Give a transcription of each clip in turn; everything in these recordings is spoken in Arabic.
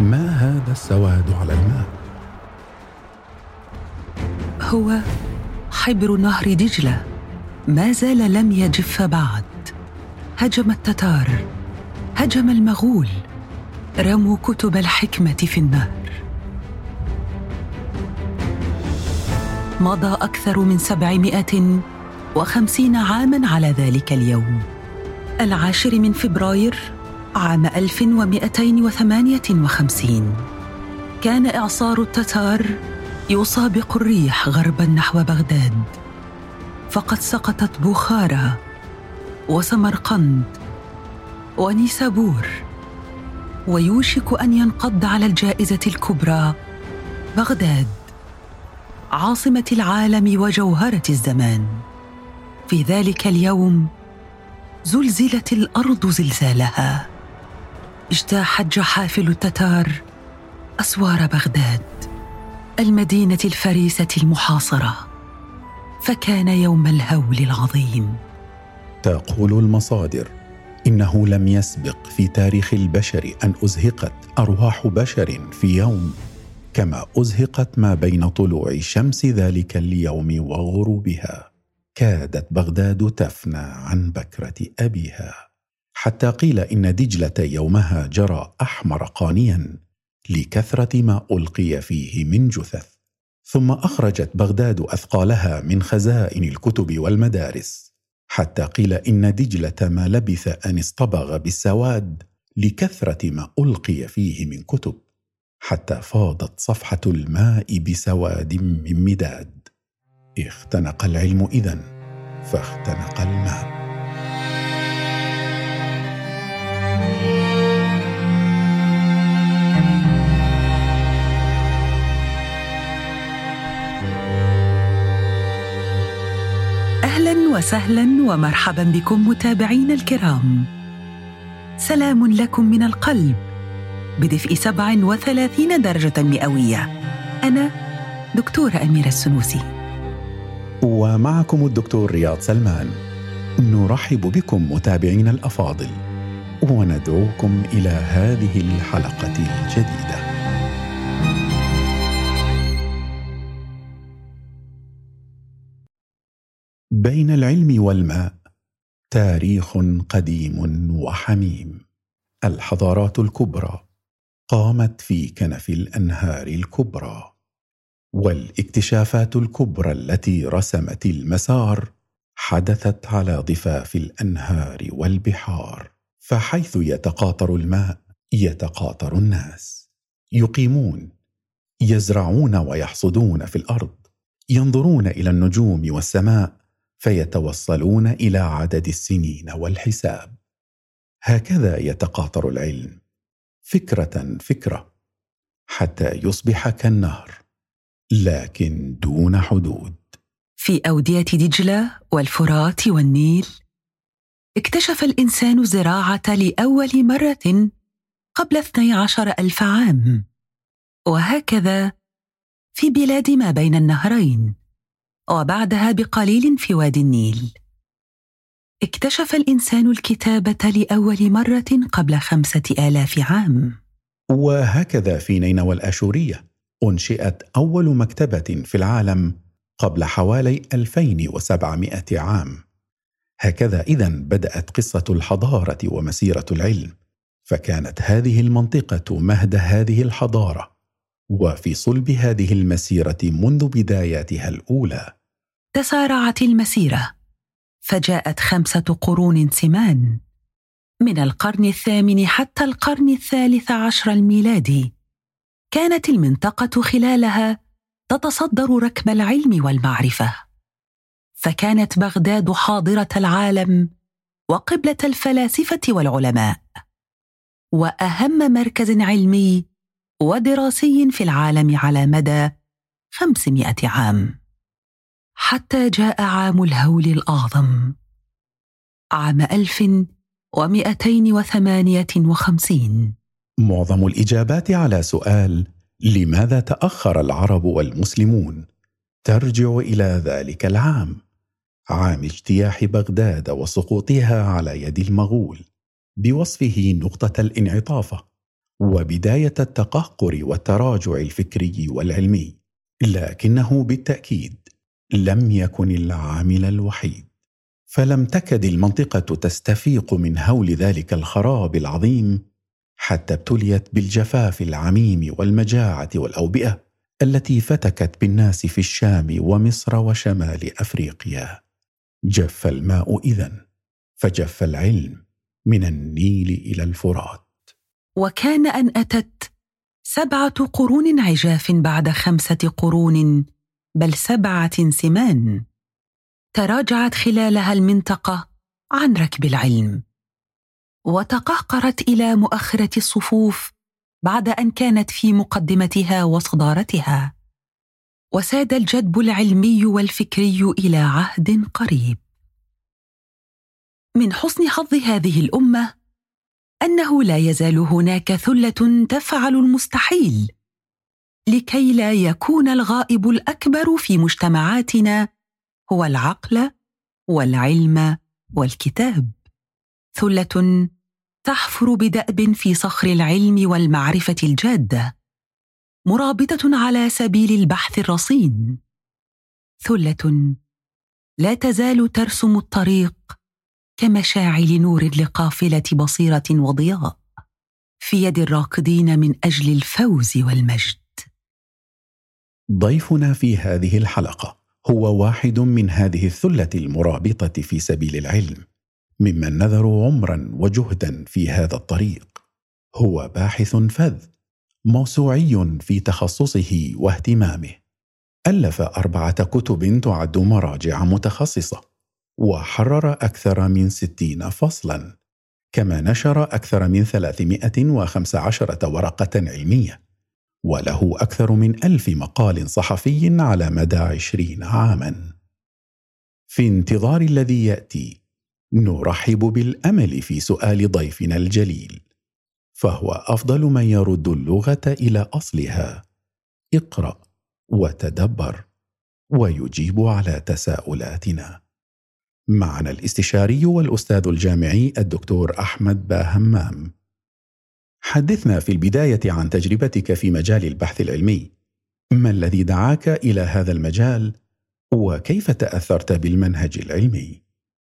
ما هذا السواد على الماء؟ هو حبر نهر دجلة، ما زال لم يجف بعد. هجم التتار، هجم المغول، رموا كتب الحكمة في النهر. مضى أكثر من 750 عاماً على ذلك اليوم، 10 فبراير عام 1258. كان إعصار التتار يسابق الريح غرباً نحو بغداد، فقد سقطت بخارى وسمرقند ونيسابور، ويوشك أن ينقض على الجائزة الكبرى بغداد، عاصمة العالم وجوهرة الزمان. في ذلك اليوم زلزلت الأرض زلزالها، اجتاحت جحافل التتار أسوار بغداد، المدينة الفريسة المحاصرة، فكان يوم الهول العظيم. تقول المصادر إنه لم يسبق في تاريخ البشر أن أزهقت أرواح بشر في يوم كما أزهقت ما بين طلوع شمس ذلك اليوم وغروبها. كادت بغداد تفنى عن بكرة أبيها، حتى قيل إن دجلة يومها جرى أحمر قانيا لكثرة ما ألقي فيه من جثث. ثم أخرجت بغداد أثقالها من خزائن الكتب والمدارس، حتى قيل إن دجلة ما لبث أن اصطبغ بالسواد لكثرة ما ألقي فيه من كتب، حتى فاضت صفحة الماء بسواد من مداد. اختنق العلم إذن فاختنق الماء. أهلاً وسهلاً ومرحباً بكم متابعين الكرام. سلام لكم من القلب بدفء 37 درجة مئوية. أنا دكتورة أميرة السنوسي، ومعكم الدكتور رياض سلمان. نرحب بكم متابعين الأفاضل، وندعوكم إلى هذه الحلقة الجديدة. بين العلم والماء تاريخ قديم وحميم. الحضارات الكبرى قامت في كنف الأنهار الكبرى، والاكتشافات الكبرى التي رسمت المسار حدثت على ضفاف الأنهار والبحار. فحيث يتقاطر الماء يتقاطر الناس، يقيمون، يزرعون ويحصدون في الأرض، ينظرون إلى النجوم والسماء فيتوصلون إلى عدد السنين والحساب. هكذا يتقاطر العلم فكرة فكرة حتى يصبح كالنهر، لكن دون حدود. في أودية دجلة والفرات والنيل اكتشف الإنسان الزراعة لأول مرة قبل 12,000 عام، وهكذا في بلاد ما بين النهرين، وبعدها بقليل في وادي النيل. اكتشف الإنسان الكتابة لأول مرة قبل 5,000 عام. وهكذا في نينوى الآشورية أنشئت أول مكتبة في العالم قبل حوالي 2700 عام. هكذا إذن بدأت قصة الحضارة ومسيرة العلم، فكانت هذه المنطقة مهد هذه الحضارة، وفي صلب هذه المسيرة منذ بداياتها الأولى. تسارعت المسيرة فجاءت 5 قرون سمان، من القرن الثامن حتى القرن 13 الميلادي. كانت المنطقة خلالها تتصدر ركب العلم والمعرفة، فكانت بغداد حاضرة العالم وقبلة الفلاسفة والعلماء، وأهم مركز علمي ودراسي في العالم على مدى 500 عام، حتى جاء عام الهول الأعظم عام 1258. معظم الإجابات على سؤال لماذا تأخر العرب والمسلمون ترجع إلى ذلك العام، عام اجتياح بغداد وسقوطها على يد المغول، بوصفه نقطة الانعطاف، وبداية التقهقر والتراجع الفكري والعلمي، لكنه بالتأكيد لم يكن العامل الوحيد. فلم تكد المنطقة تستفيق من هول ذلك الخراب العظيم حتى ابتليت بالجفاف العميم والمجاعة والأوبئة التي فتكت بالناس في الشام ومصر وشمال أفريقيا. جف الماء إذن، فجف العلم من النيل إلى الفرات. وكان أن أتت 7 قرون عجاف بعد 5 قرون، بل 7 سمان، تراجعت خلالها المنطقة عن ركب العلم، وتقهقرت إلى مؤخرة الصفوف بعد أن كانت في مقدمتها وصدارتها، وساد الجدب العلمي والفكري إلى عهد قريب. من حسن حظ هذه الأمة أنه لا يزال هناك ثلة تفعل المستحيل لكي لا يكون الغائب الأكبر في مجتمعاتنا هو العقل والعلم والكتاب، ثلة تحفر بدأب في صخر العلم والمعرفة الجادة، مرابطة على سبيل البحث الرصين، ثلة لا تزال ترسم الطريق كمشاعل نور لقافلة بصيرة وضياء في يد الراكضين من أجل الفوز والمجد. ضيفنا في هذه الحلقة هو واحد من هذه الثلة المرابطة في سبيل العلم، ممن نذروا عمرا وجهدا في هذا الطريق. هو باحث فذ موسوعي في تخصصه واهتمامه، ألف 4 كتب تعد مراجع متخصصة، وحرر أكثر من 60 فصلا، كما نشر أكثر من 315 ورقة علمية، وله أكثر من 1000 مقال صحفي على مدى 20 عاما. في انتظار الذي يأتي نرحب بالأمل في سؤال ضيفنا الجليل، فهو أفضل من يرد اللغة إلى أصلها. اقرأ وتدبر ويجيب على تساؤلاتنا. معنا الاستشاري والأستاذ الجامعي الدكتور أحمد باهمام. حدثنا في البداية عن تجربتك في مجال البحث العلمي. ما الذي دعاك إلى هذا المجال وكيف تأثرت بالمنهج العلمي؟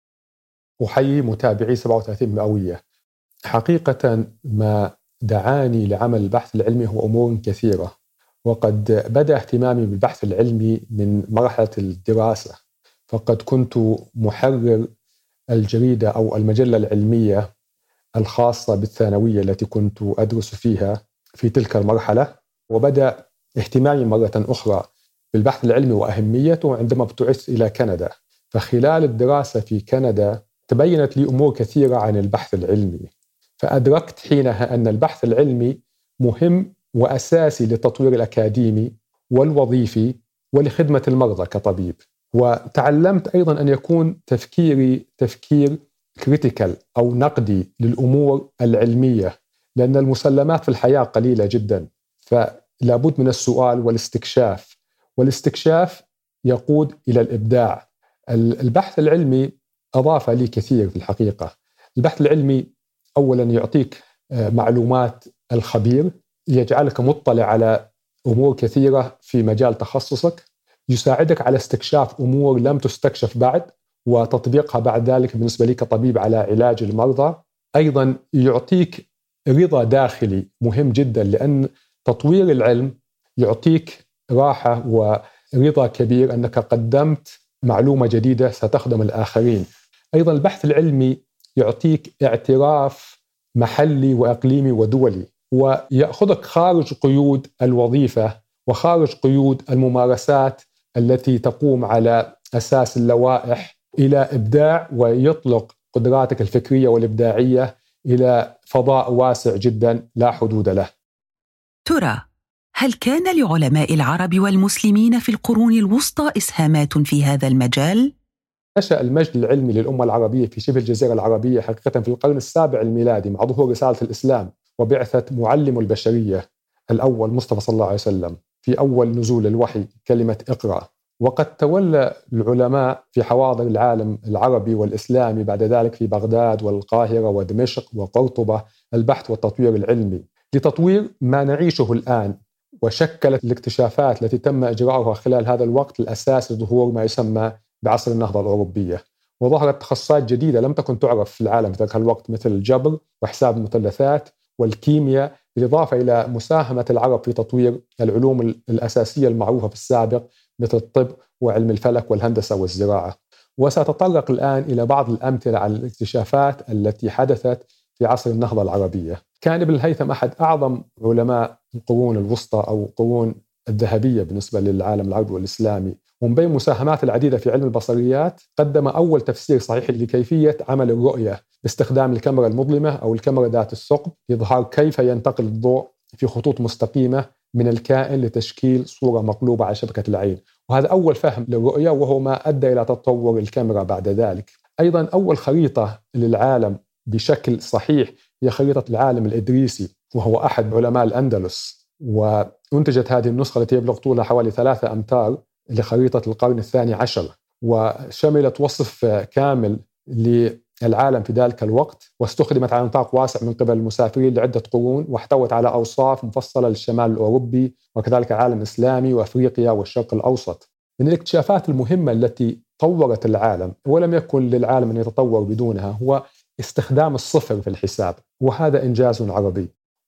أحيي متابعي 37 مئوية. حقيقة ما دعاني لعمل البحث العلمي هو أمور كثيرة، وقد بدأ اهتمامي بالبحث العلمي من مرحلة الدراسة، فقد كنت محرر الجريدة أو المجلة العلمية الخاصة بالثانوية التي كنت أدرس فيها في تلك المرحلة. وبدأ اهتمامي مرة أخرى بالبحث العلمي وأهميته عندما ابتعثت إلى كندا. فخلال الدراسة في كندا تبينت لي أمور كثيرة عن البحث العلمي، فأدركت حينها أن البحث العلمي مهم وأساسي للتطوير الأكاديمي والوظيفي ولخدمة المرضى كطبيب. وتعلمت أيضا أن يكون تفكيري تفكير كريتيكال أو نقدي للأمور العلمية، لأن المسلمات في الحياة قليلة جدا، فلا بد من السؤال والاستكشاف، والاستكشاف يقود إلى الإبداع. البحث العلمي أضاف لي كثير في الحقيقة. البحث العلمي أولا يعطيك معلومات الخبير، يجعلك مطلع على أمور كثيرة في مجال تخصصك، يساعدك على استكشاف أمور لم تستكشف بعد وتطبيقها بعد ذلك بالنسبة لي كطبيب على علاج المرضى. أيضا يعطيك رضا داخلي مهم جدا، لأن تطوير العلم يعطيك راحة ورضا كبير أنك قدمت معلومة جديدة ستخدم الآخرين. أيضا البحث العلمي يعطيك اعتراف محلي وإقليمي ودولي، ويأخذك خارج قيود الوظيفة وخارج قيود الممارسات التي تقوم على أساس اللوائح إلى إبداع، ويطلق قدراتك الفكرية والإبداعية إلى فضاء واسع جدا لا حدود له. ترى هل كان لعلماء العرب والمسلمين في القرون الوسطى إسهامات في هذا المجال؟ نشأ المجد العلمي للأمة العربية في شبه الجزيرة العربية حقيقة في القرن السابع الميلادي مع ظهور رسالة الإسلام وبعثة معلم البشرية الأول مصطفى صلى الله عليه وسلم في أول نزول الوحي كلمة اقرأ. وقد تولى العلماء في حواضر العالم العربي والإسلامي بعد ذلك في بغداد والقاهرة ودمشق وقرطبة البحث والتطوير العلمي. لتطوير ما نعيشه الآن. وشكلت الاكتشافات التي تم إجراؤها خلال هذا الوقت الأساس لظهور ما يسمى بعصر النهضة الأوروبية. وظهرت تخصصات جديدة لم تكن تعرف في العالم في ذلك الوقت، مثل الجبر وحساب المثلثات والكيمياء، بالإضافة إلى مساهمة العرب في تطوير العلوم الأساسية المعروفة في السابق مثل الطب وعلم الفلك والهندسة والزراعة. وسأتطرق الآن إلى بعض الأمثلة على الاكتشافات التي حدثت في عصر النهضة العربية. كان ابن الهيثم أحد أعظم علماء القرون الوسطى أو القرون الذهبية بالنسبة للعالم العربي والإسلامي، ومن بين مساهمات العديدة في علم البصريات قدم أول تفسير صحيح لكيفية عمل الرؤية باستخدام الكاميرا المظلمة أو الكاميرا ذات الثقب لإظهار كيف ينتقل الضوء في خطوط مستقيمة من الكائن لتشكيل صورة مقلوبة على شبكة العين. وهذا أول فهم للرؤية، وهو ما أدى إلى تطور الكاميرا بعد ذلك. أيضا أول خريطة للعالم بشكل صحيح هي خريطة العالم الإدريسي، وهو أحد علماء الأندلس، وأنتجت هذه النسخة التي يبلغ طولها حوالي 3 أمتار لخريطة القرن 12، وشملت وصف كامل للعالم في ذلك الوقت، واستخدمت على نطاق واسع من قبل المسافرين لعدة قرون، واحتوت على أوصاف مفصلة للشمال الأوروبي وكذلك العالم الإسلامي وأفريقيا والشرق الأوسط. من الاكتشافات المهمة التي طورت العالم ولم يكن للعالم أن يتطور بدونها هو استخدام الصفر في الحساب، وهذا إنجاز عربي،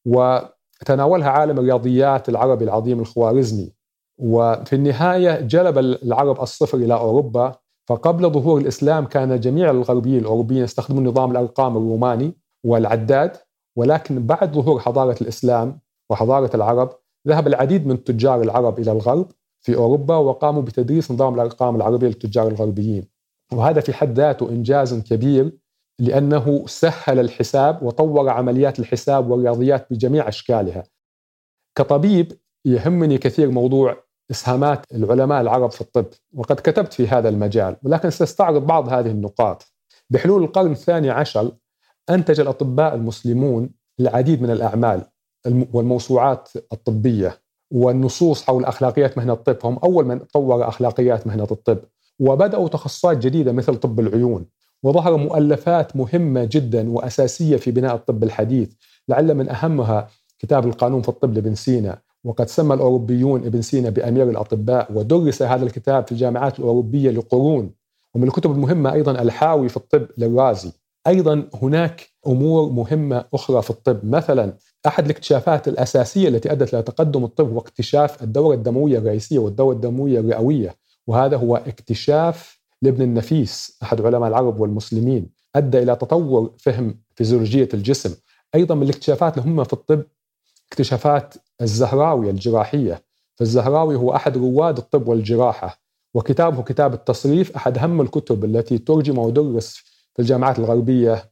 وتناولها عالم الرياضيات العربي العظيم الخوارزمي. وفي النهاية جلب العرب الصفر إلى أوروبا. فقبل ظهور الإسلام كان جميع الغربيين الأوروبيين يستخدمون نظام الأرقام الروماني والعداد، ولكن بعد ظهور حضارة الإسلام وحضارة العرب ذهب العديد من تجار العرب إلى الغرب في أوروبا وقاموا بتدريس نظام الأرقام العربية للتجار الغربيين. وهذا في حد ذاته إنجاز كبير، لأنه سهل الحساب وطور عمليات الحساب والرياضيات بجميع أشكالها. كطبيب يهمني كثير موضوع إسهامات العلماء العرب في الطب، وقد كتبت في هذا المجال، ولكن سأستعرض بعض هذه النقاط. بحلول القرن 12 أنتج الأطباء المسلمون العديد من الأعمال والموسوعات الطبية والنصوص حول أخلاقيات مهنة الطب. هم أول من طور أخلاقيات مهنة الطب، وبدأوا تخصصات جديدة مثل طب العيون، وظهر مؤلفات مهمة جدا وأساسية في بناء الطب الحديث، لعل من أهمها كتاب القانون في الطب لابن سينا، وقد سمى الأوروبيون ابن سينا بأمير الأطباء، ودرس هذا الكتاب في الجامعات الأوروبية لقرون. ومن الكتب المهمة أيضا الحاوي في الطب للرازي. أيضا هناك أمور مهمة أخرى في الطب، مثلا أحد الاكتشافات الأساسية التي أدت إلى تقدم الطب هو اكتشاف الدورة الدموية الرئيسية والدورة الدموية الرئوية، وهذا هو اكتشاف لابن النفيس أحد علماء العرب والمسلمين، أدى إلى تطور فهم فيزيولوجية الجسم. أيضا من الاكتشافات المهمة في الطب اكتشافات الزهراوي الجراحية، فالزهراوي هو أحد رواد الطب والجراحة، وكتابه كتاب التصريف أحد أهم الكتب التي ترجم ودرس في الجامعات الغربية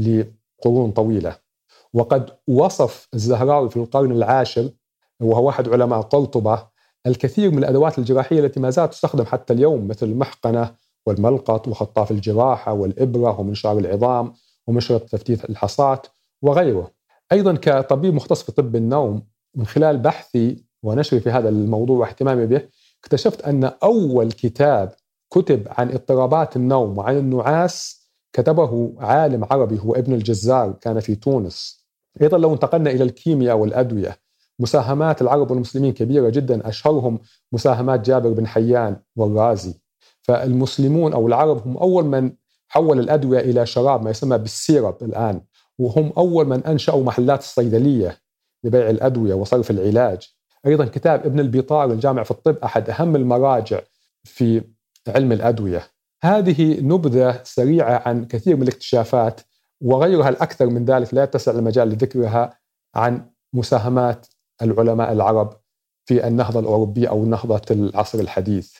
لقرون طويلة. وقد وصف الزهراوي في القرن 10 وهو أحد علماء قرطبة الكثير من الأدوات الجراحية التي ما زالت تستخدم حتى اليوم، مثل المحقنة والملقط وخطاف الجراحة والإبرة ومنشار العظام ومشرط تفتيت الحصاة وغيره. أيضا كطبيب مختص في طب النوم، من خلال بحثي ونشري في هذا الموضوع واهتمامي به، اكتشفت أن أول كتاب كتب عن اضطرابات النوم وعن النعاس كتبه عالم عربي هو ابن الجزار، كان في تونس. أيضا لو انتقلنا إلى الكيمياء والأدوية، مساهمات العرب والمسلمين كبيرة جدا، أشهرهم مساهمات جابر بن حيان والرازي. فالمسلمون أو العرب هم أول من حول الأدوية إلى شراب ما يسمى بالسيرب الآن، وهم أول من أنشأوا محلات الصيدلية لبيع الأدوية وصرف العلاج. أيضا كتاب ابن البيطار الجامع في الطب أحد أهم المراجع في علم الأدوية. هذه نبذة سريعة عن كثير من الاكتشافات، وغيرها الأكثر من ذلك لا يتسع المجال لذكرها، عن مساهمات العلماء العرب في النهضة الأوروبية أو نهضة العصر الحديث.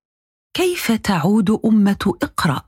كيف تعود أمة اقرأ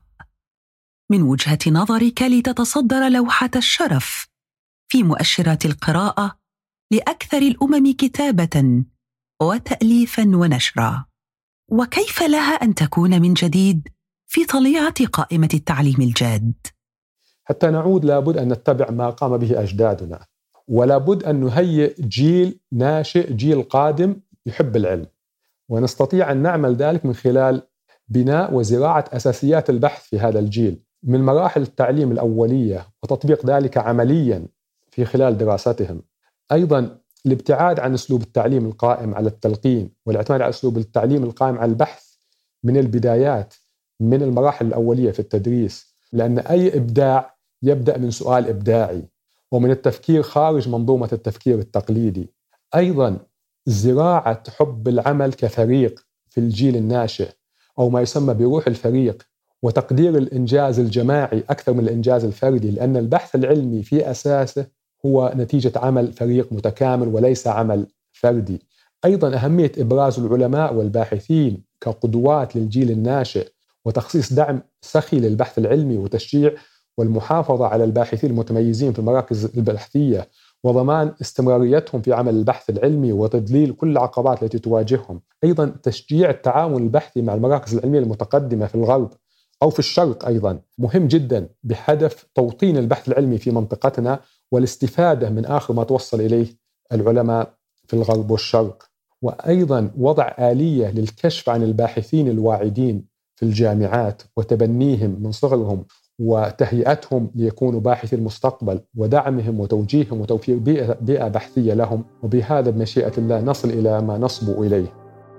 من وجهة نظرك لتتصدر لوحة الشرف في مؤشرات القراءة لأكثر الأمم كتابة وتأليفا ونشرا؟ وكيف لها أن تكون من جديد في طليعة قائمة التعليم الجاد؟ حتى نعود لابد أن نتبع ما قام به أجدادنا، ولابد أن نهيئ جيل ناشئ، جيل قادم يحب العلم، ونستطيع أن نعمل ذلك من خلال بناء وزراعة أساسيات البحث في هذا الجيل من مراحل التعليم الأولية، وتطبيق ذلك عمليا في خلال دراستهم. أيضا الابتعاد عن أسلوب التعليم القائم على التلقين والاعتماد على أسلوب التعليم القائم على البحث من البدايات، من المراحل الأولية في التدريس، لأن أي إبداع يبدأ من سؤال إبداعي ومن التفكير خارج منظومة التفكير التقليدي. أيضا زراعة حب العمل كفريق في الجيل الناشئ أو ما يسمى بروح الفريق، وتقدير الإنجاز الجماعي أكثر من الإنجاز الفردي، لأن البحث العلمي في أساسه هو نتيجة عمل فريق متكامل وليس عمل فردي. أيضا أهمية إبراز العلماء والباحثين كقدوات للجيل الناشئ، وتخصيص دعم سخي للبحث العلمي وتشجيع والمحافظة على الباحثين المتميزين في المراكز البحثية، وضمان استمراريتهم في عمل البحث العلمي وتدليل كل العقبات التي تواجههم. أيضا تشجيع التعاون البحثي مع المراكز العلمية المتقدمة في الغرب أو في الشرق أيضا مهم جدا، بهدف توطين البحث العلمي في منطقتنا والاستفادة من آخر ما توصل إليه العلماء في الغرب والشرق. وأيضا وضع آلية للكشف عن الباحثين الواعدين في الجامعات وتبنيهم من صغرهم وتهيئتهم ليكونوا باحثي المستقبل، ودعمهم وتوجيههم وتوفير بيئة بحثية لهم. وبهذا بمشيئة الله نصل إلى ما نصبو إليه.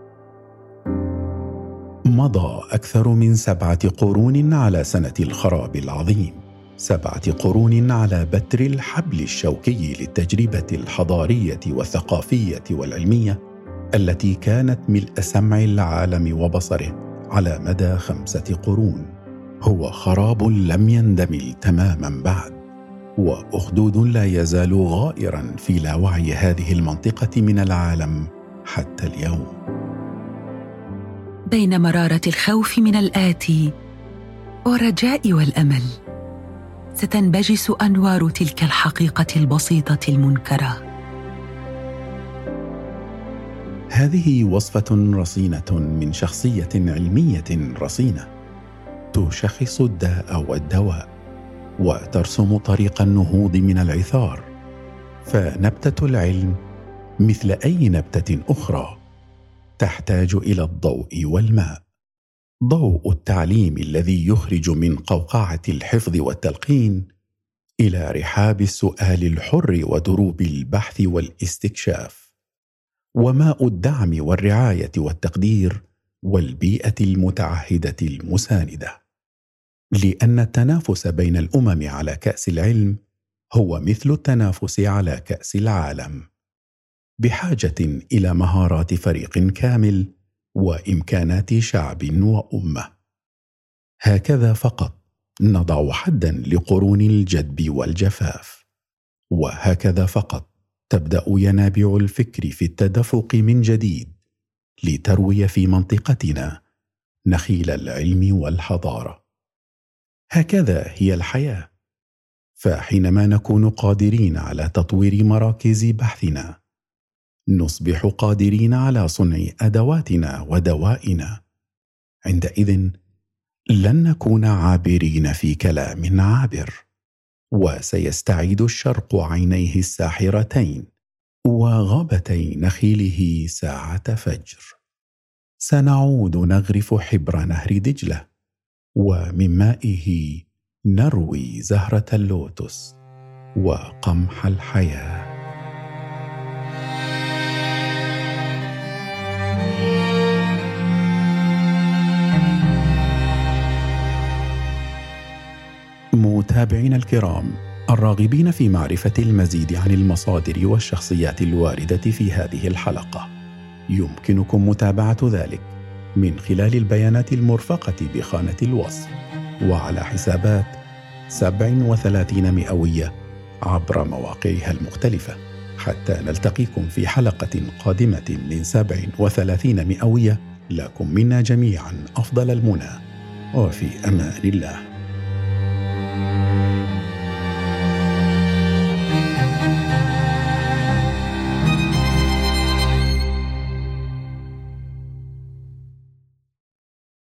مضى أكثر من 7 قرون على سنة الخراب العظيم، 7 قرون على بتر الحبل الشوكي للتجربة الحضارية والثقافية والعلمية التي كانت ملء سمع العالم وبصره على مدى 5 قرون. هو خراب لم يندمل تماما بعد، وأخدود لا يزال غائرا في لاوعي هذه المنطقة من العالم حتى اليوم. بين مرارة الخوف من الآتي والرجاء والأمل ستنبجس أنوار تلك الحقيقة البسيطة المنكرة. هذه وصفة رصينة من شخصية علمية رصينة تشخص الداء والدواء وترسم طريق النهوض من العثار. فنبتة العلم مثل أي نبتة أخرى تحتاج إلى الضوء والماء. ضوء التعليم الذي يخرج من قوقعة الحفظ والتلقين إلى رحاب السؤال الحر ودروب البحث والاستكشاف، وماء الدعم والرعاية والتقدير والبيئة المتعهدة المساندة. لأن التنافس بين الأمم على كأس العلم هو مثل التنافس على كأس العالم، بحاجة إلى مهارات فريق كامل وإمكانات شعب وأمة. هكذا فقط نضع حداً لقرون الجدب والجفاف، وهكذا فقط تبدأ ينابيع الفكر في التدفق من جديد لتروي في منطقتنا نخيل العلم والحضارة. هكذا هي الحياة. فحينما نكون قادرين على تطوير مراكز بحثنا نصبح قادرين على صنع أدواتنا ودوائنا. عندئذ لن نكون عابرين في كلام عابر، وسيستعيد الشرق عينيه الساحرتين وغابتي نخيله ساعة فجر. سنعود نغرف حبر نهر دجلة، ومن مائه نروي زهرة اللوتس وقمح الحياة. متابعينا الكرام الراغبين في معرفة المزيد عن المصادر والشخصيات الواردة في هذه الحلقة، يمكنكم متابعة ذلك من خلال البيانات المرفقة بخانة الوصف وعلى حسابات 37 مئوية عبر مواقعها المختلفة. حتى نلتقيكم في حلقة قادمة من 37 مئوية، لكم منا جميعا أفضل المنى، وفي أمان الله.